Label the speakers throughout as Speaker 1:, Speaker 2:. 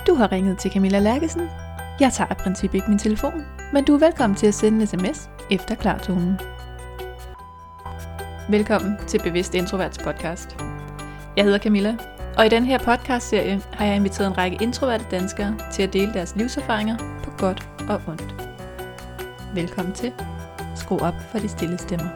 Speaker 1: Du har ringet til Camilla Lærkesen. Jeg tager i princippet ikke min telefon, men du er velkommen til at sende en sms efter klartonen. Velkommen til Bevidst Introverts podcast. Jeg hedder Camilla, og i den her podcastserie har jeg inviteret en række introverte danskere til at dele deres livserfaringer på godt og ondt. Velkommen til. Skru op for de stille stemmer.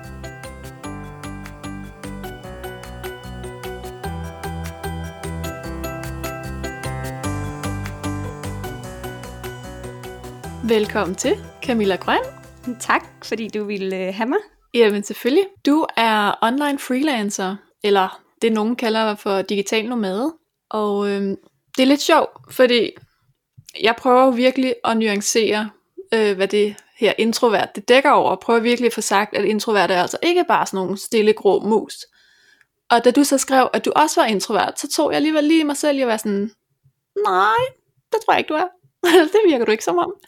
Speaker 1: Velkommen til, Camilla Grøn.
Speaker 2: Tak, fordi du ville have mig.
Speaker 1: Jamen selvfølgelig. Du er online freelancer, eller det nogen kalder for digital nomade. Og det er lidt sjovt, fordi jeg prøver virkelig at nuancere, hvad det her introvert det dækker over. Prøver virkelig at få sagt, at introvert er altså ikke bare sådan nogle stille grå mus. Og da du så skrev, at du også var introvert, så tog jeg alligevel lige mig selv, jeg var sådan, nej, det tror jeg ikke du er. Det virker du ikke som om.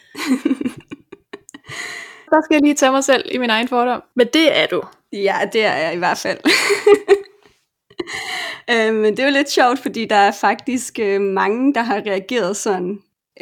Speaker 1: Der skal jeg lige tage mig selv i min egen fordom. Men det er du.
Speaker 2: Ja, det er jeg i hvert fald. Men det er jo lidt sjovt, fordi der er faktisk mange, der har reageret sådan,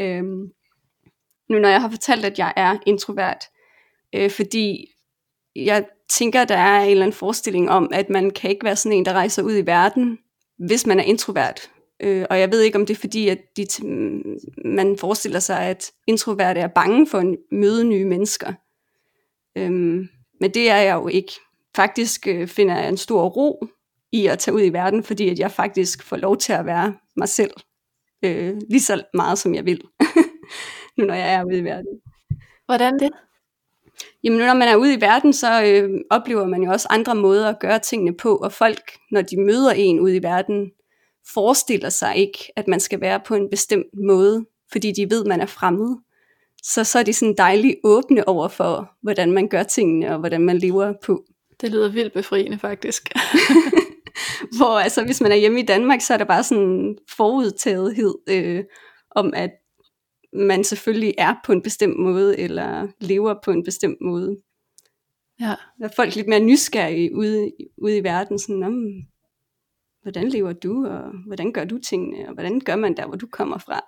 Speaker 2: nu når jeg har fortalt, at jeg er introvert. Fordi jeg tænker, der er en eller anden forestilling om, at man kan ikke være sådan en, der rejser ud i verden, hvis man er introvert. Og jeg ved ikke, om det er fordi, at man forestiller sig, at introverte er bange for at møde nye mennesker. Men det er jeg jo ikke. Faktisk finder jeg en stor ro i at tage ud i verden, fordi at jeg faktisk får lov til at være mig selv. Lige så meget, som jeg vil, nu når jeg er ude i verden.
Speaker 1: Hvordan det?
Speaker 2: Jamen, når man er ude i verden, så oplever man jo også andre måder at gøre tingene på, og folk, når de møder en ude i verden, forestiller sig ikke, at man skal være på en bestemt måde, fordi de ved, man er fremmed. Så er de sådan dejligt åbne over for, hvordan man gør tingene, og hvordan man lever på.
Speaker 1: Det lyder vildt befriende, faktisk.
Speaker 2: Hvor altså, hvis man er hjemme i Danmark, så er der bare sådan forudtagethed om, at man selvfølgelig er på en bestemt måde, eller lever på en bestemt måde.
Speaker 1: Ja.
Speaker 2: Der er folk lidt mere nysgerrige ude i verden, sådan, hvordan lever du, og hvordan gør du tingene, og hvordan gør man der, hvor du kommer fra?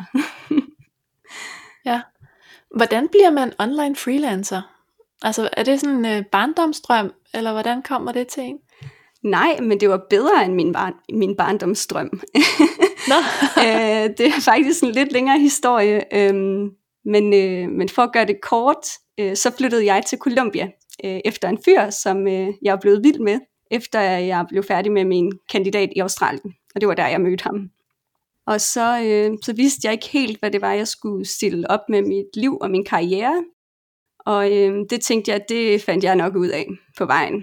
Speaker 1: Ja. Hvordan bliver man online freelancer? Altså, er det sådan en barndomsdrøm, eller hvordan kommer det til en?
Speaker 2: Nej, men det var bedre end min barndomsdrøm. Det er faktisk en lidt længere historie, men for at gøre det kort, så flyttede jeg til Colombia efter en fyr, som jeg er blevet vild med, efter jeg blev færdig med min kandidat i Australien, og det var der, jeg mødte ham. Og så vidste jeg ikke helt, hvad det var, jeg skulle stille op med mit liv og min karriere, og det tænkte jeg, det fandt jeg nok ud af på vejen.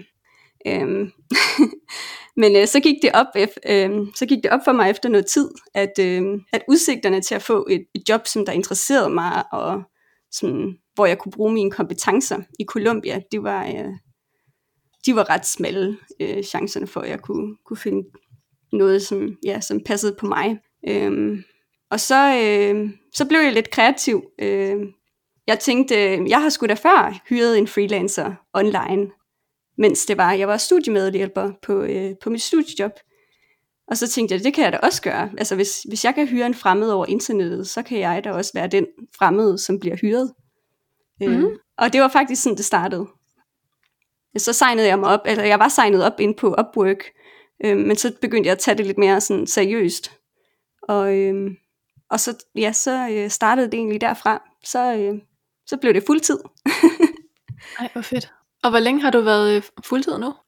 Speaker 2: Men så gik det op for mig efter noget tid, at udsigterne til at få et job, som der interesserede mig, og sådan, hvor jeg kunne bruge mine kompetencer i Colombia, de var ret smalle, chancerne for, at jeg kunne finde noget, som passede på mig. Og så blev jeg lidt kreativ. Jeg tænkte, jeg har sgu da før hyret en freelancer online, mens jeg var studiemedhjælper på mit studiejob. Og så tænkte jeg, det kan jeg da også gøre. Altså hvis jeg kan hyre en fremmed over internettet, så kan jeg da også være den fremmede, som bliver hyret. Og det var faktisk sådan, det startede. Så signede jeg mig op, eller jeg var signet op inde på Upwork, men så begyndte jeg at tage det lidt mere sådan seriøst. Og så startede det egentlig derfra. Så blev det fuldtid.
Speaker 1: Ej, hvor fedt. Og hvor længe har du været fuldtid nu?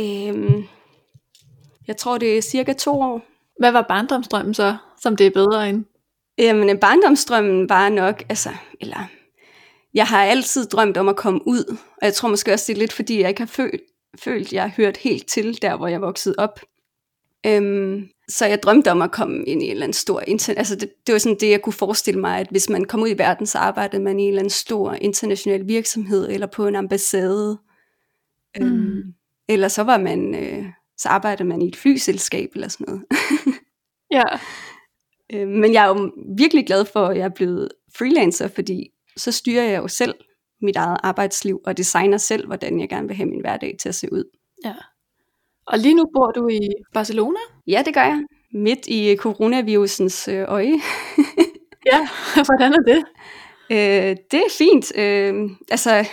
Speaker 2: Jeg tror, det er cirka 2 år.
Speaker 1: Hvad var barndomsdrømmen så, som det er bedre end?
Speaker 2: Jamen, barndomsdrømmen var nok, jeg har altid drømt om at komme ud, og jeg tror måske også, det er lidt fordi, jeg ikke har følt, jeg har hørt helt til der, hvor jeg voksede op. Så jeg drømte om at komme ind i en eller anden stor det var sådan det, jeg kunne forestille mig, at hvis man kom ud i verden, så arbejdede man i en eller anden stor international virksomhed, eller på en ambassade. Eller så arbejdede man i et flyselskab, eller sådan noget.
Speaker 1: Ja.
Speaker 2: Men jeg er jo virkelig glad for, at jeg er blevet freelancer, fordi så styrer jeg jo selv mit eget arbejdsliv, og designer selv, hvordan jeg gerne vil have min hverdag til at se ud.
Speaker 1: Ja. Og lige nu bor du i Barcelona?
Speaker 2: Ja, det gør jeg. midt i coronavirusens øje.
Speaker 1: Ja, hvordan er det?
Speaker 2: Det er fint. Altså,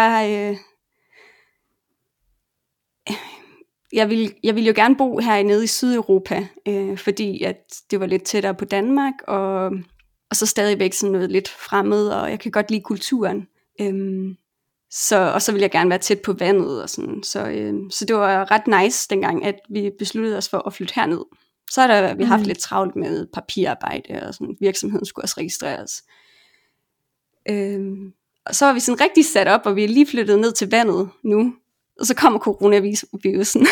Speaker 2: jeg vil jo gerne bo hernede i Sydeuropa, fordi at det var lidt tættere på Danmark, og så stadigvæk sådan noget lidt fremmed, og jeg kan godt lide kulturen. Og så vil jeg gerne være tæt på vandet og sådan. Så det var ret nice dengang, at vi besluttede os for at flytte herned. Så har vi haft lidt travlt med papirarbejde, og sådan, virksomheden skulle også registreres. Og så var vi sådan rigtig sat op, og vi er lige flyttet ned til vandet nu. Og så kommer coronavirusen.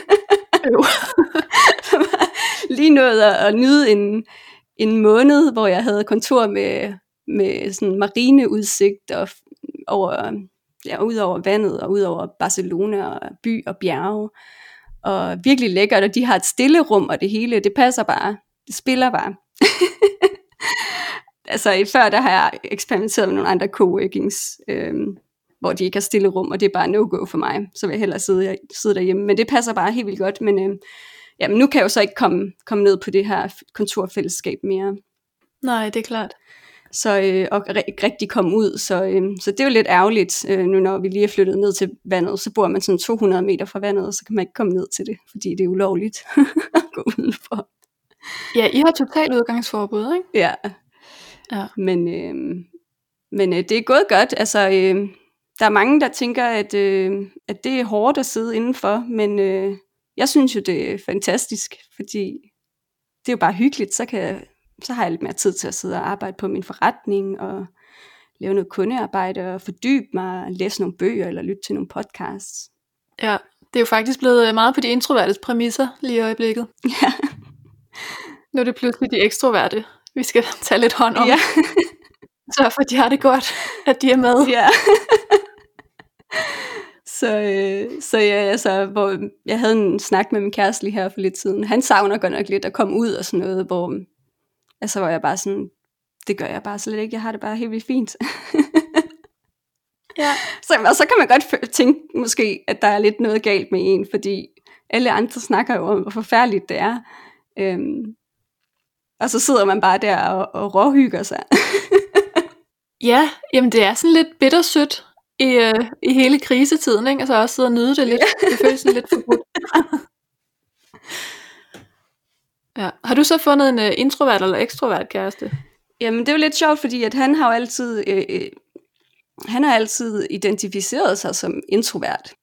Speaker 2: Lige nået at nyde en måned, hvor jeg havde kontor med sådan marineudsigt og ud over vandet og ud over Barcelona og by og bjerge. Og virkelig lækkert, og de har et stillerum, og det hele, det passer bare. Det spiller bare. Altså før der har jeg eksperimenteret med nogle andre coworkings, hvor de ikke har stillerum, og det er bare no-go for mig. Så vil jeg hellere sidde derhjemme. Men det passer bare helt vildt godt. Men nu kan jeg jo så ikke komme ned på det her kontorfællesskab mere.
Speaker 1: Nej, det er klart.
Speaker 2: Og ikke rigtig komme ud. Så det er jo lidt ærgerligt, nu når vi lige er flyttet ned til vandet. Så bor man sådan 200 meter fra vandet, og så kan man ikke komme ned til det, fordi det er ulovligt at gå udenfor.
Speaker 1: Ja, I har totalt udgangsforbud, ikke?
Speaker 2: Ja. Men det er gået godt. Altså, der er mange, der tænker, at det er hårdt at sidde indenfor, men jeg synes jo, det er fantastisk, fordi det er jo bare hyggeligt. Så har jeg lidt mere tid til at sidde og arbejde på min forretning, og lave noget kundearbejde, og fordybe mig, og læse nogle bøger, eller lytte til nogle podcasts.
Speaker 1: Ja, det er jo faktisk blevet meget på de introvertes præmisser lige i øjeblikket.
Speaker 2: Ja.
Speaker 1: Nu er det pludselig de ekstroverte, vi skal tage lidt hånd om.
Speaker 2: Ja.
Speaker 1: Så for de har det godt, at de er med.
Speaker 2: Ja. Så ja, altså, hvor jeg havde en snak med min kæreste lige her for lidt siden. Han savner godt nok lidt at komme ud og sådan noget, hvor jeg bare sådan, det gør jeg bare slet ikke. Jeg har det bare helt vildt fint. Ja. Og så kan man godt tænke måske, at der er lidt noget galt med en, fordi alle andre snakker jo om, hvor forfærdeligt det er. Og så sidder man bare der og råhygger sig.
Speaker 1: Ja, jamen det er sådan lidt bittersødt i hele krisetiden, ikke? Altså også sidde og nyde det lidt. Det føles sådan lidt forbudt. Ja. Har du så fundet en introvert eller ekstrovert kæreste?
Speaker 2: Jamen det er jo lidt sjovt, fordi at han har jo altid identificeret sig som introvert.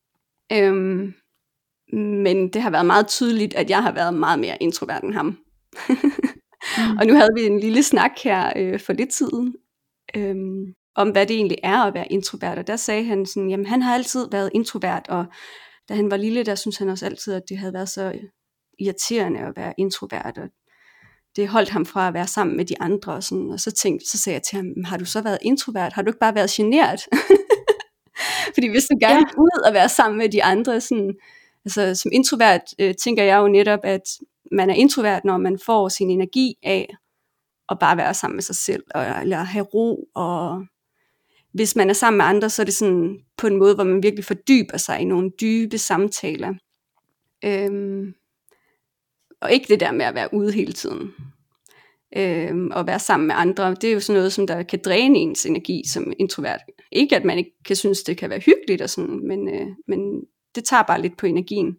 Speaker 2: Men det har været meget tydeligt, at jeg har været meget mere introvert end ham. Og nu havde vi en lille snak her for lidt siden, om hvad det egentlig er at være introvert. Og der sagde han sådan, jamen han har altid været introvert, og da han var lille, der syntes han også altid, at det havde været så irriterende at være introvert, og det holdt ham fra at være sammen med de andre. Og, sådan, og så sagde jeg til ham, har du så været introvert? Har du ikke bare været genert? Fordi hvis du gerne vil ud og være sammen med de andre, sådan, altså som introvert tænker jeg jo netop, at man er introvert, når man får sin energi af at bare være sammen med sig selv, eller have ro, og hvis man er sammen med andre, så er det sådan på en måde, hvor man virkelig fordyber sig i nogle dybe samtaler. Og ikke det der med at være ude hele tiden. Og være sammen med andre, det er jo sådan noget, som der kan dræne ens energi som introvert. Ikke at man ikke kan synes, det kan være hyggeligt og sådan, men det tager bare lidt på energien.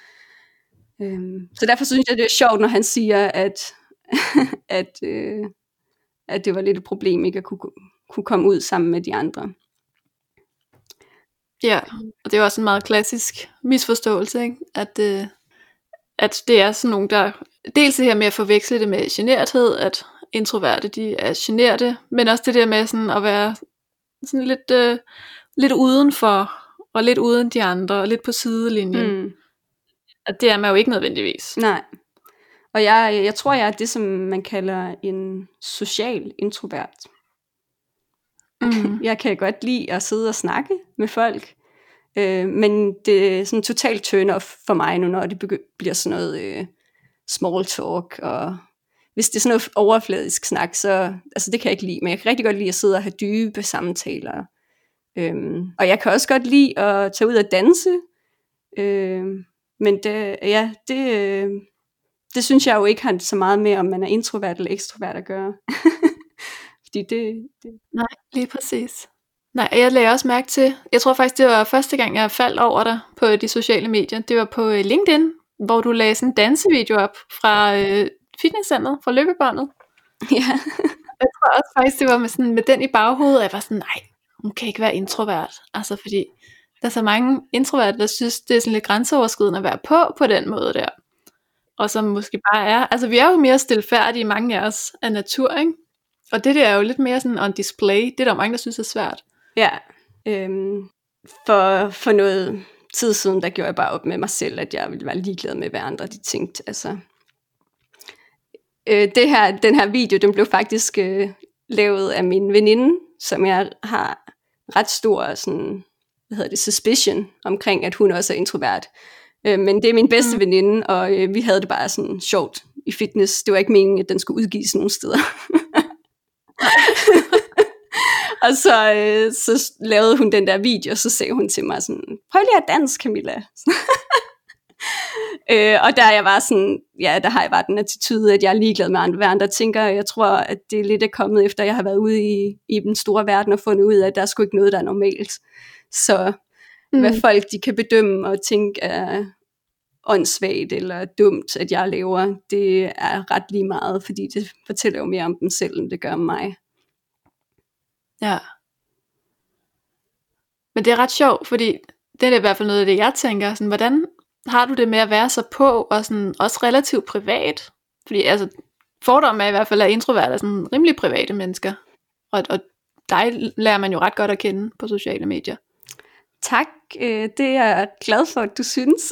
Speaker 2: Så derfor synes jeg, det er sjovt, når han siger, at det var lidt et problem, ikke at kunne komme ud sammen med de andre.
Speaker 1: Ja, og det er jo også en meget klassisk misforståelse, ikke? At det er sådan nogen, der dels det her med at forveksle det med generthed, at introverte, de er generte, men også det der med sådan at være sådan lidt udenfor, og lidt uden de andre, og lidt på sidelinjen. At det er man jo ikke nødvendigvis.
Speaker 2: Nej. Og jeg tror, jeg er det, som man kalder en social introvert. Jeg kan godt lide at sidde og snakke med folk, men det er sådan totalt turn off for mig nu, når det bliver sådan noget small talk, og hvis det er sådan noget overfladisk snak, så altså det kan jeg ikke lide, men jeg kan rigtig godt lide at sidde og have dybe samtaler. Og jeg kan også godt lide at tage ud og danse, men det det synes jeg jo ikke har så meget med, om man er introvert eller ekstrovert at gøre. Fordi det...
Speaker 1: Nej, lige præcis. Nej, jeg lagde også mærke til, jeg tror faktisk, det var første gang, jeg faldt over dig på de sociale medier. Det var på LinkedIn, hvor du lagde sådan en dansevideo op fra fitnesscenteret, fra løbebåndet.
Speaker 2: Ja.
Speaker 1: Jeg tror også faktisk, det var med den i baghovedet, og jeg var sådan, nej, hun kan ikke være introvert. Altså fordi, der er så mange introverte, der synes, det er sådan lidt grænseoverskridende at være på den måde der. Og som måske bare er, altså vi er jo mere stilfærdige, mange af os, af natur, ikke? Og det der er jo lidt mere sådan on display, det er der mange, der synes er svært.
Speaker 2: Ja, for noget tid siden, der gjorde jeg bare op med mig selv, at jeg ville være ligeglad med, hvad andre de tænkte. Altså, den her video, den blev faktisk lavet af min veninde, som jeg har ret stor sådan, suspicion omkring, at hun også er introvert. Men det er min bedste veninde, og vi havde det bare sådan sjovt i fitness. Det var ikke meningen, at den skulle udgives nogen steder. Og så lavede hun den der video, og så sagde hun til mig sådan, prøv lige at danse, Camilla. Og der jeg var sådan, ja, der har jeg bare den attitude, at jeg er ligeglad med hvad andre tænker. Jeg tror, at det er lidt kommet efter, jeg har været ude i den store verden og fundet ud af, at der er sgu ikke noget, der er normalt. Så hvad folk de kan bedømme og tænke er åndssvagt eller dumt, at jeg laver, det er ret lige meget, fordi det fortæller jo mere om dem selv, end det gør om mig.
Speaker 1: Ja. Men det er ret sjovt, fordi det er i hvert fald noget af det, jeg tænker, sådan, hvordan har du det med at være så på, og sådan, også relativt privat? Fordi altså, fordommen er i hvert fald, at introvert er sådan rimelig private mennesker, og dig lærer man jo ret godt at kende på sociale medier.
Speaker 2: Tak, det er jeg glad for, at du synes.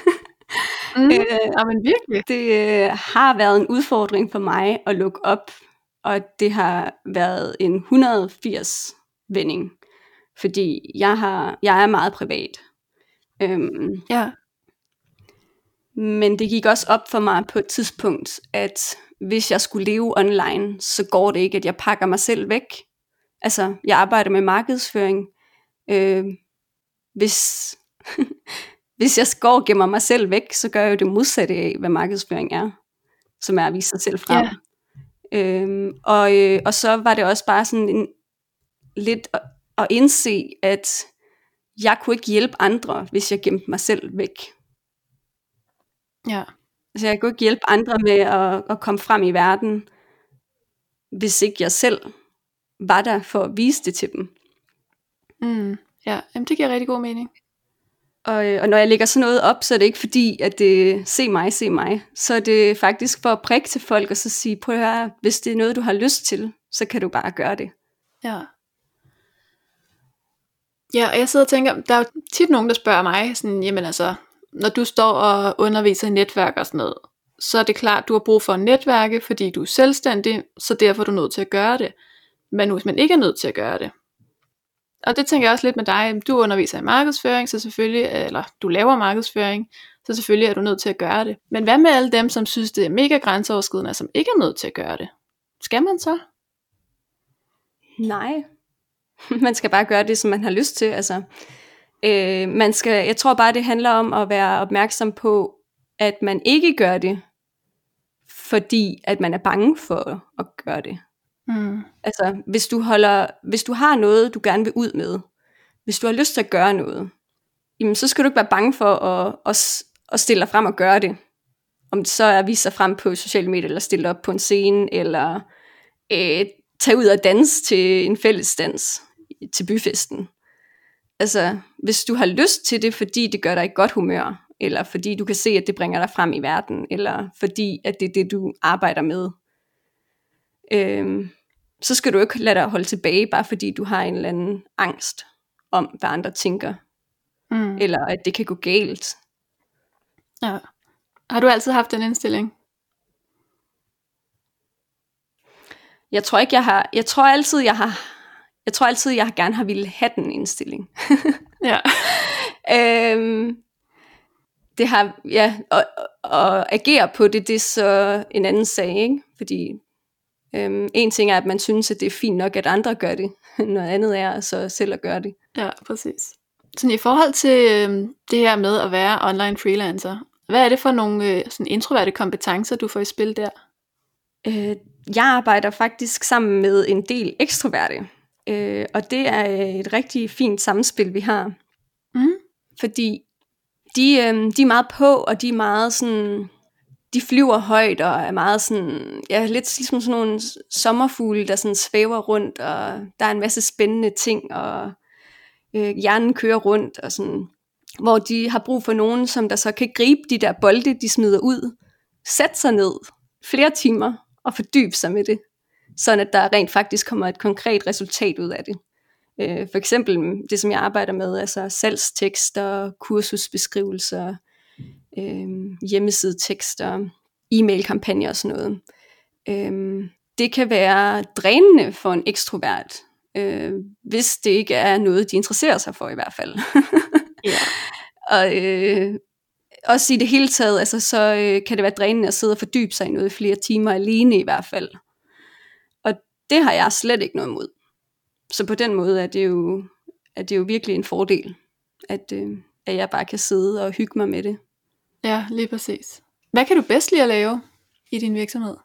Speaker 1: Ja, men virkelig.
Speaker 2: Det har været en udfordring for mig at lukke op, og det har været en 180 vending, fordi jeg er meget privat.
Speaker 1: Ja.
Speaker 2: Men det gik også op for mig på et tidspunkt, at hvis jeg skulle leve online, så går det ikke, at jeg pakker mig selv væk. Altså, jeg arbejder med markedsføring. Hvis jeg går og gemmer mig selv væk, så gør jeg jo det modsatte af, hvad markedsføring er, som er at vise sig selv frem. Ja. Og så var det også bare sådan lidt at indse, at jeg kunne ikke hjælpe andre, hvis jeg gemte mig selv væk.
Speaker 1: Ja.
Speaker 2: Altså jeg kunne ikke hjælpe andre med at komme frem i verden, hvis ikke jeg selv var der for at vise det til dem.
Speaker 1: Ja, jamen det giver rigtig god mening.
Speaker 2: Og når jeg lægger sådan noget op, så er det ikke fordi, at det se mig. Så er det faktisk for at prikke til folk, og så sige, prøv at høre, hvis det er noget, du har lyst til, så kan du bare gøre det.
Speaker 1: Ja. Ja, og jeg sidder og tænker, der er jo tit nogen, der spørger mig, sådan, jamen altså, når du står og underviser i netværk og sådan noget, så er det klart, du har brug for at netværke, fordi du er selvstændig, så derfor er du nødt til at gøre det. Men hvis man ikke er nødt til at gøre det, og det tænker jeg også lidt med dig, du underviser i markedsføring, så selvfølgelig, eller du laver markedsføring, så selvfølgelig er du nødt til at gøre det. Men hvad med alle dem, som synes, det er mega grænseoverskridende, og som ikke er nødt til at gøre det? Skal man så?
Speaker 2: Nej. Man skal bare gøre det, som man har lyst til. Altså, jeg tror bare, det handler om at være opmærksom på, at man ikke gør det, fordi at man er bange for at gøre det. Altså, hvis du har noget, du gerne vil ud med, hvis du har lyst til at gøre noget, jamen, så skal du ikke være bange for at stille dig frem og gøre det. Om det så er at vise sig frem på sociale medier, eller stille op på en scene, eller tage ud og danse til en fællesdans til byfesten. Altså, hvis du har lyst til det, fordi det gør dig i godt humør, eller fordi du kan se, at det bringer dig frem i verden, eller fordi at det er det, du arbejder med, så skal du ikke lade dig holde tilbage, bare fordi du har en eller anden angst om, hvad andre tænker, eller at det kan gå galt.
Speaker 1: Ja. Har du altid haft den indstilling?
Speaker 2: Jeg tror altid, jeg gerne har ville have den indstilling.
Speaker 1: Ja.
Speaker 2: Det har, ja, og agere på det er så en anden sag, ikke? Fordi en ting er, at man synes, at det er fint nok, at andre gør det. Noget andet er så selv at gøre det.
Speaker 1: Ja, præcis. Så i forhold til det her med at være online freelancer, Hvad er det for nogle sådan introverte kompetencer, du får i spil der?
Speaker 2: Jeg arbejder faktisk sammen med en del ekstroverte, og det er et rigtig fint samspil, vi har. Fordi de er meget på, og de er meget sådan, de flyver højt og er meget sådan, ja, lidt ligesom sådan nogle sommerfugle, der sådan svæver rundt, og der er en masse spændende ting, og hjernen kører rundt, og sådan, hvor de har brug for nogen, som der så kan gribe de der bolde, de smider ud, sætte sig ned flere timer og fordybe sig med det, sådan at der rent faktisk kommer et konkret resultat ud af det. For eksempel det, som jeg arbejder med, altså salgstekster, kursusbeskrivelser, hjemmesidetekster, e-mail-kampagner og sådan noget. Det kan være drænende for en ekstrovert, hvis det ikke er noget, de interesserer sig for i hvert fald. Og også i det hele taget, altså, så kan det være drænende at sidde og fordybe sig i noget i flere timer alene i hvert fald. Og det har jeg slet ikke noget imod. Så på den måde er det jo virkelig en fordel, at jeg bare kan sidde og hygge mig med det.
Speaker 1: Ja, lige præcis. Hvad kan du bedst lide at lave i din virksomhed?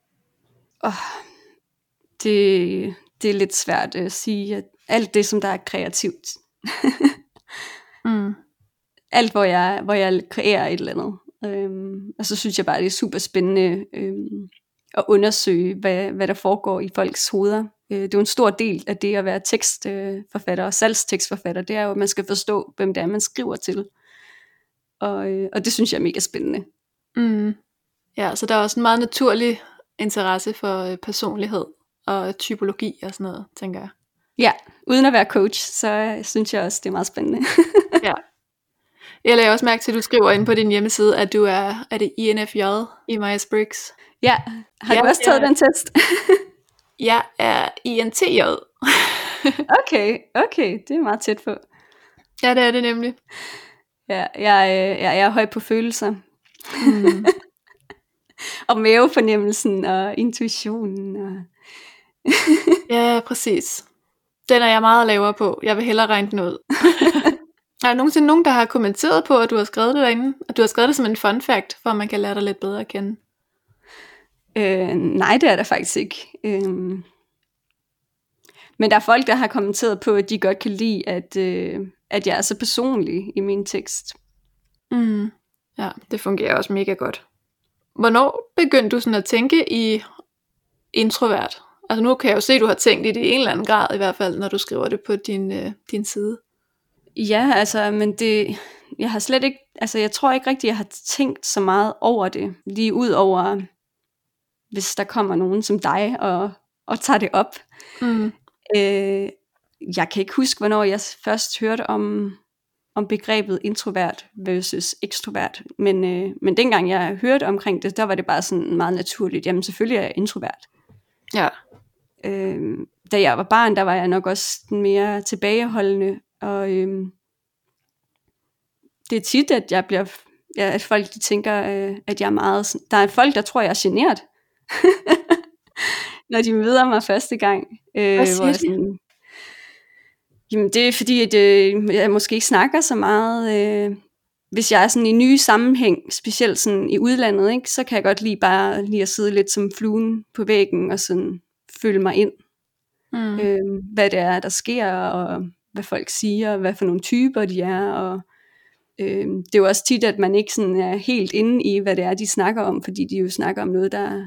Speaker 2: Det er lidt svært at sige, at alt det, som der er kreativt. Alt, hvor jeg kreerer et eller andet. Og så synes jeg bare, det er super spændende at undersøge, hvad der foregår i folks hoveder. Det er jo en stor del af det at være tekstforfatter og salgstekstforfatter. Det er jo, at man skal forstå, hvem det er, man skriver til. Og det synes jeg er mega spændende.
Speaker 1: Ja, så der er også en meget naturlig interesse for personlighed og typologi og sådan noget, tænker jeg.
Speaker 2: Ja, uden at være coach, så synes jeg også, det er meget spændende.
Speaker 1: Ja. Jeg lagde også mærke til, at du skriver inde på din hjemmeside, at du er det INFJ i Myers-Briggs?
Speaker 2: Ja, har du også taget den test?
Speaker 1: Jeg er INTJ.
Speaker 2: Okay, det er meget tæt på.
Speaker 1: Ja, det er det nemlig.
Speaker 2: Ja, jeg er høj på følelser. Og mavefornemmelsen og intuitionen. Og
Speaker 1: ja, præcis. Den er jeg meget lavere på. Jeg vil hellere regne den ud. Er der nogensinde nogen, der har kommenteret på, at du har skrevet det derinde? At du har skrevet det som en fun fact, for at man kan lære dig lidt bedre at kende?
Speaker 2: Nej, det er der faktisk ikke. Men der er folk, der har kommenteret på, at de godt kan lide, at jeg er så personlig i min tekst.
Speaker 1: Ja, det fungerer også mega godt. Hvornår begyndte du sådan at tænke i introvert? Altså nu kan jeg jo se, at du har tænkt i det i en eller anden grad, i hvert fald, når du skriver det på din side.
Speaker 2: Ja, altså, men jeg har slet ikke, altså jeg tror ikke rigtigt, jeg har tænkt så meget over det, lige ud over, hvis der kommer nogen som dig og tager det op. Jeg kan ikke huske, hvornår jeg først hørte om begrebet introvert versus ekstrovert, men dengang jeg hørte omkring det, der var det bare sådan meget naturligt, jamen selvfølgelig er jeg introvert. Ja. Da jeg var barn, der var jeg nok også mere tilbageholdende, og det er tit, at jeg bliver, at folk de tænker, at jeg er meget, der er folk, der tror, jeg er genert, når de møder mig første gang.
Speaker 1: Hvad siger de?
Speaker 2: Jamen det er fordi, at jeg måske ikke snakker så meget. Hvis jeg er sådan i nye sammenhæng, specielt sådan i udlandet, ikke, så kan jeg godt lide at sidde lidt som fluen på væggen og sådan føle mig ind. Hvad det er, der sker, og hvad folk siger, og hvad for nogle typer de er. Og det er jo også tit, at man ikke sådan er helt inde i, hvad det er, de snakker om, fordi de jo snakker om noget, der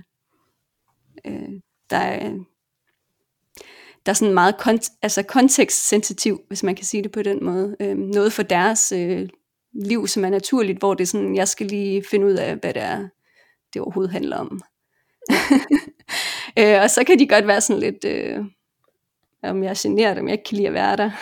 Speaker 2: er sådan meget kontekstsensitiv, hvis man kan sige det på den måde. Noget for deres liv, som er naturligt, hvor det er sådan, jeg skal lige finde ud af, hvad det overhovedet handler om. Og så kan de godt være sådan lidt, om jeg er generet, om jeg ikke kan lide at være der.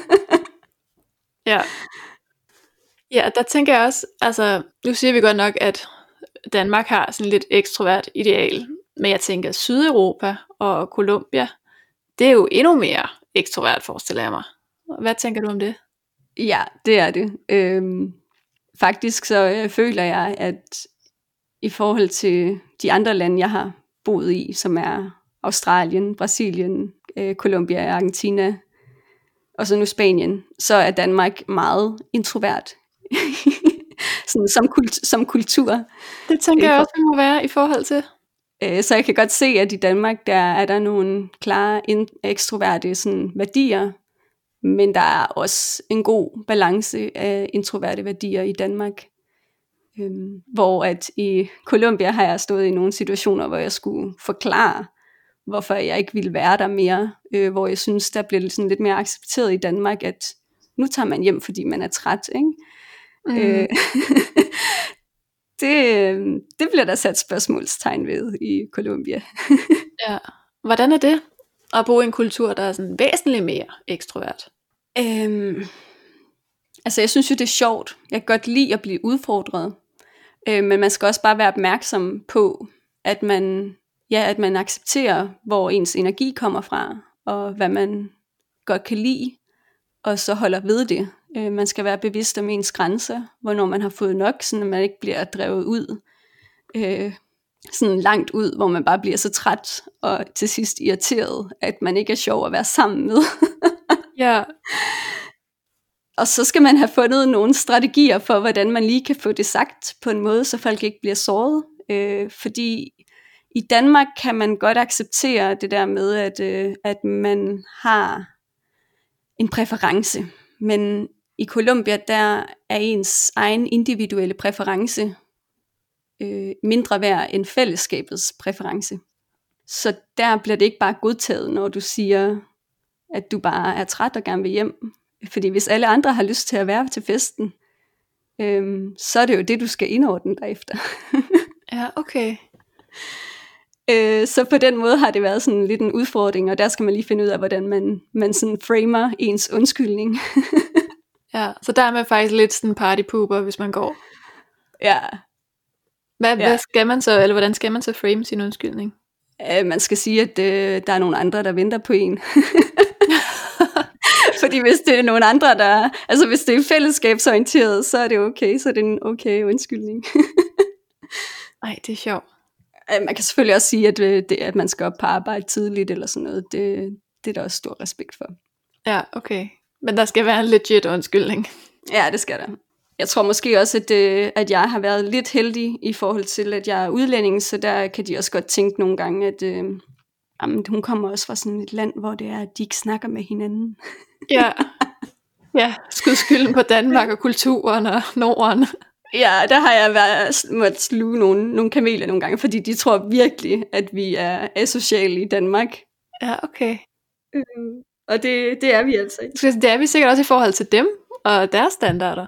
Speaker 1: Ja, der tænker jeg også, altså, nu siger vi godt nok, at Danmark har sådan lidt ekstrovert ideal, men jeg tænker, Sydeuropa og Colombia, det er jo endnu mere ekstrovert, forestiller jeg mig. Hvad tænker du om det?
Speaker 2: Ja, det er det. Faktisk så føler jeg, at i forhold til de andre lande, jeg har boet i, som er Australien, Brasilien, Colombia, Argentina, og så nu Spanien, så er Danmark meget introvert. sådan som kultur.
Speaker 1: Det tænker jeg også, det må være i forhold til.
Speaker 2: Så jeg kan godt se, at i Danmark, der er der nogle klare ekstroverte sådan, værdier, men der er også en god balance af introverte værdier i Danmark. Hvor at i Colombia har jeg stået i nogle situationer, hvor jeg skulle forklare, hvorfor jeg ikke ville være der mere, hvor jeg synes, der bliver sådan lidt mere accepteret i Danmark, at nu tager man hjem, fordi man er træt, ikke? Det bliver der sat spørgsmålstegn ved i Colombia.
Speaker 1: Ja. Hvordan er det at bo i en kultur, der er sådan væsentligt mere ekstrovert?
Speaker 2: Altså jeg synes jo, det er sjovt. Jeg kan godt lide at blive udfordret. Men man skal også bare være opmærksom på, at man accepterer, hvor ens energi kommer fra, og hvad man godt kan lide, og så holder ved det. Man skal være bevidst om ens grænser, hvornår man har fået nok, så man ikke bliver drevet ud, sådan langt ud, hvor man bare bliver så træt, og til sidst irriteret, at man ikke er sjov at være sammen med.
Speaker 1: Ja.
Speaker 2: Og så skal man have fundet nogle strategier for, hvordan man lige kan få det sagt på en måde, så folk ikke bliver såret. Fordi i Danmark kan man godt acceptere det der med, at man har en præference. Men i Colombia, der er ens egen individuelle præference mindre værd end fællesskabets præference. Så der bliver det ikke bare godtaget, når du siger, at du bare er træt og gerne vil hjem. Fordi hvis alle andre har lyst til at være til festen, så er det jo det, du skal indordne dig efter.
Speaker 1: Ja, okay.
Speaker 2: Så på den måde har det været sådan lidt en udfordring, og der skal man lige finde ud af, hvordan man sådan framer ens undskyldning.
Speaker 1: Ja, så der er man faktisk lidt sådan partypooper, hvis man går.
Speaker 2: Ja.
Speaker 1: Hvad skal man så, eller hvordan skal man så frame sin undskyldning?
Speaker 2: Man skal sige, at der er nogle andre, der venter på en. Fordi hvis det er nogle andre, altså hvis det er fællesskabsorienteret, så er det okay, så er det en okay undskyldning.
Speaker 1: Ej, det er sjovt.
Speaker 2: Man kan selvfølgelig også sige, at man skal op på arbejde tidligt, eller sådan noget. Det er der også stor respekt for.
Speaker 1: Ja, okay. Men der skal være en legit undskyldning.
Speaker 2: Ja, det skal der. Jeg tror måske også, at jeg har været lidt heldig i forhold til, at jeg er udlænding, så der kan de også godt tænke nogle gange, at hun kommer også fra sådan et land, hvor det er, at de ikke snakker med hinanden.
Speaker 1: Ja, skud skylden på Danmark og kulturen og Norden.
Speaker 2: Ja, der har jeg måttet sluge nogle kameler nogle gange, fordi de tror virkelig, at vi er asociale i Danmark.
Speaker 1: Ja, okay.
Speaker 2: Og det er vi altså ikke.
Speaker 1: Det er vi sikkert også i forhold til dem og deres standarder.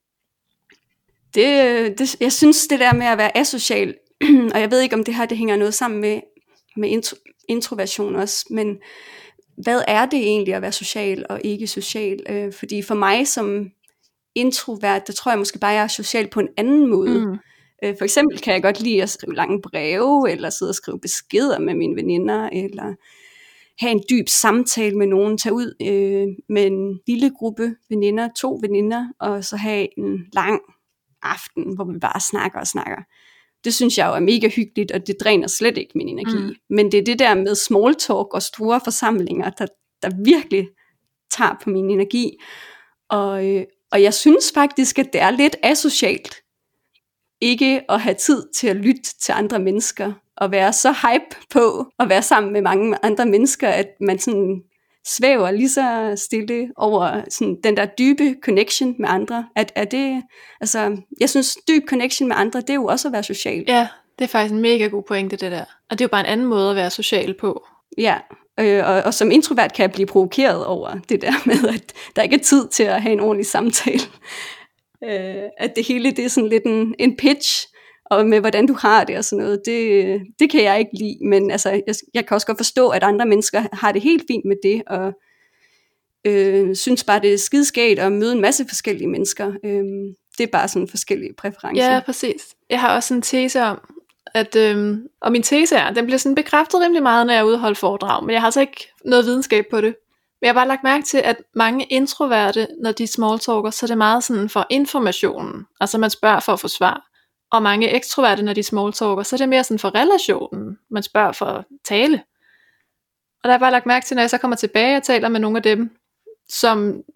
Speaker 2: Jeg synes, det der med at være asocial, og jeg ved ikke, om det her det hænger noget sammen med introversion også, men hvad er det egentlig at være social og ikke social? Fordi for mig som introvert, der tror jeg måske bare, jeg er social på en anden måde. For eksempel kan jeg godt lide at skrive lange breve, eller sidde og skrive beskeder med mine veninder, eller have en dyb samtale med nogen, tage ud med en lille gruppe veninder, 2 veninder, og så have en lang aften, hvor vi bare snakker. Det synes jeg jo er mega hyggeligt, og det dræner slet ikke min energi. Men det er det der med small talk og store forsamlinger, der virkelig tager på min energi. Og jeg synes faktisk, at det er lidt asocialt, ikke at have tid til at lytte til andre mennesker, og være så hype på at være sammen med mange andre mennesker, at man sådan svæver lige så stille over sådan den der dybe connection med andre. Er det, altså, jeg synes, dyb connection med andre, det er jo også at være social.
Speaker 1: Ja, det er faktisk en mega god pointe, det der. Og det er jo bare en anden måde at være social på.
Speaker 2: Ja, og som introvert kan jeg blive provokeret over det der med, at der ikke er tid til at have en ordentlig samtale. At det hele, det er sådan lidt en pitch, og med hvordan du har det og sådan noget, det kan jeg ikke lide, men altså, jeg kan også godt forstå, at andre mennesker har det helt fint med det, og synes bare, det er skideskægt at møde en masse forskellige mennesker. Det er bare sådan forskellige præferencer.
Speaker 1: Ja, præcis. Jeg har også en tese om, at, og min tese er, den bliver sådan bekræftet rimelig meget, når jeg er ude og holde foredrag, men jeg har altså ikke noget videnskab på det. Men jeg har bare lagt mærke til, at mange introverte, når de smalltalker, så er det meget sådan for informationen. Altså man spørger for at få svar. Og mange ekstroverte, når de smalltalker, så er det mere sådan for relationen. Man spørger for at tale. Og der har jeg bare lagt mærke til, når jeg så kommer tilbage og taler med nogle af dem, som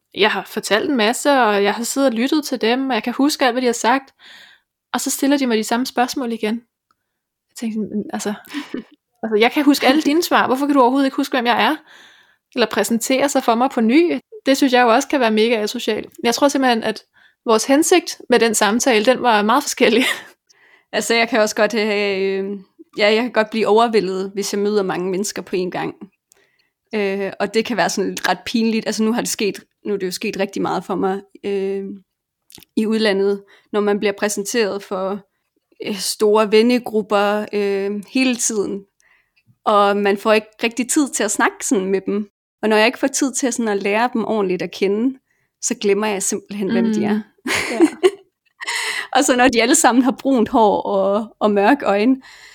Speaker 1: jeg har fortalt en masse, og jeg har siddet og lyttet til dem, og jeg kan huske alt, hvad de har sagt. Og så stiller de mig de samme spørgsmål igen. Jeg tænkte, altså jeg kan huske alle dine svar. Hvorfor kan du overhovedet ikke huske, hvem jeg er? Eller præsentere sig for mig på ny. Det synes jeg jo også kan være mega asocial. Jeg tror simpelthen, at vores hensigt med den samtale, den var meget forskellig.
Speaker 2: Altså, jeg kan også godt jeg kan godt blive overvældet, hvis jeg møder mange mennesker på en gang. Og det kan være sådan ret pinligt. Altså, nu er det jo sket rigtig meget for mig i udlandet, når man bliver præsenteret for store vennegrupper hele tiden. Og man får ikke rigtig tid til at snakke sådan med dem. Og når jeg ikke får tid til sådan at lære dem ordentligt at kende, så glemmer jeg simpelthen, hvem de er. Ja. Og så når de alle sammen har brunt hår og mørke øjne,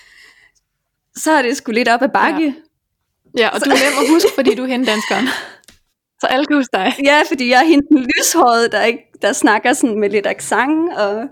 Speaker 2: så er det sgu lidt op ad bakke.
Speaker 1: Ja, og du er nem at huske, fordi du er hende danskeren. Så alle kan huske dig.
Speaker 2: Ja, fordi jeg er hende den lyshårede, der snakker sådan med lidt accent, og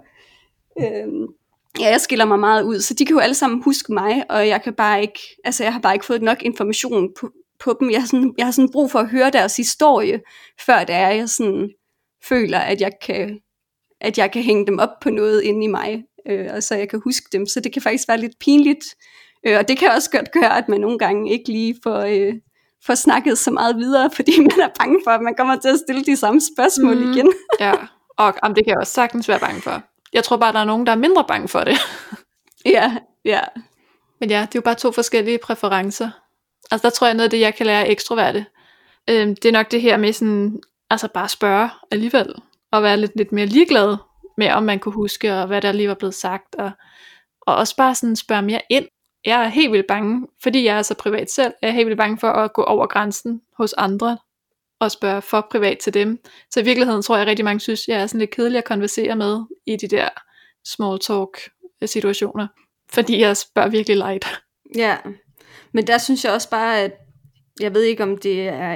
Speaker 2: jeg skiller mig meget ud, så de kan jo alle sammen huske mig, og jeg har bare ikke fået nok information på dem. Jeg har sådan brug for at høre deres historie, før det er, jeg sådan føler, at jeg kan hænge dem op på noget inde i mig, og så jeg kan huske dem. Så det kan faktisk være lidt pinligt, og det kan også godt gøre, at man nogle gange ikke lige får snakket så meget videre, fordi man er bange for, at man kommer til at stille de samme spørgsmål igen.
Speaker 1: Ja, og det kan jeg også sagtens være bange for. Jeg tror bare, der er nogen, der er mindre bange for det.
Speaker 2: Ja.
Speaker 1: Men ja, det er jo bare 2 forskellige præferencer. Altså der tror jeg noget af det, jeg kan lære ekstroverte. Det er nok det her med sådan, altså bare spørge alligevel. Og være lidt mere ligeglad med, om man kunne huske, og hvad der lige var blevet sagt. Og også bare sådan spørge mere ind. Jeg er helt vildt bange, fordi jeg er så privat selv, jeg er helt vildt bange for at gå over grænsen hos andre, og spørge for privat til dem. Så i virkeligheden tror jeg, at rigtig mange synes, jeg er sådan lidt kedelig at konversere med i de der small talk situationer, fordi jeg spørger virkelig light.
Speaker 2: Ja, men der synes jeg også bare, at jeg ved ikke, om det er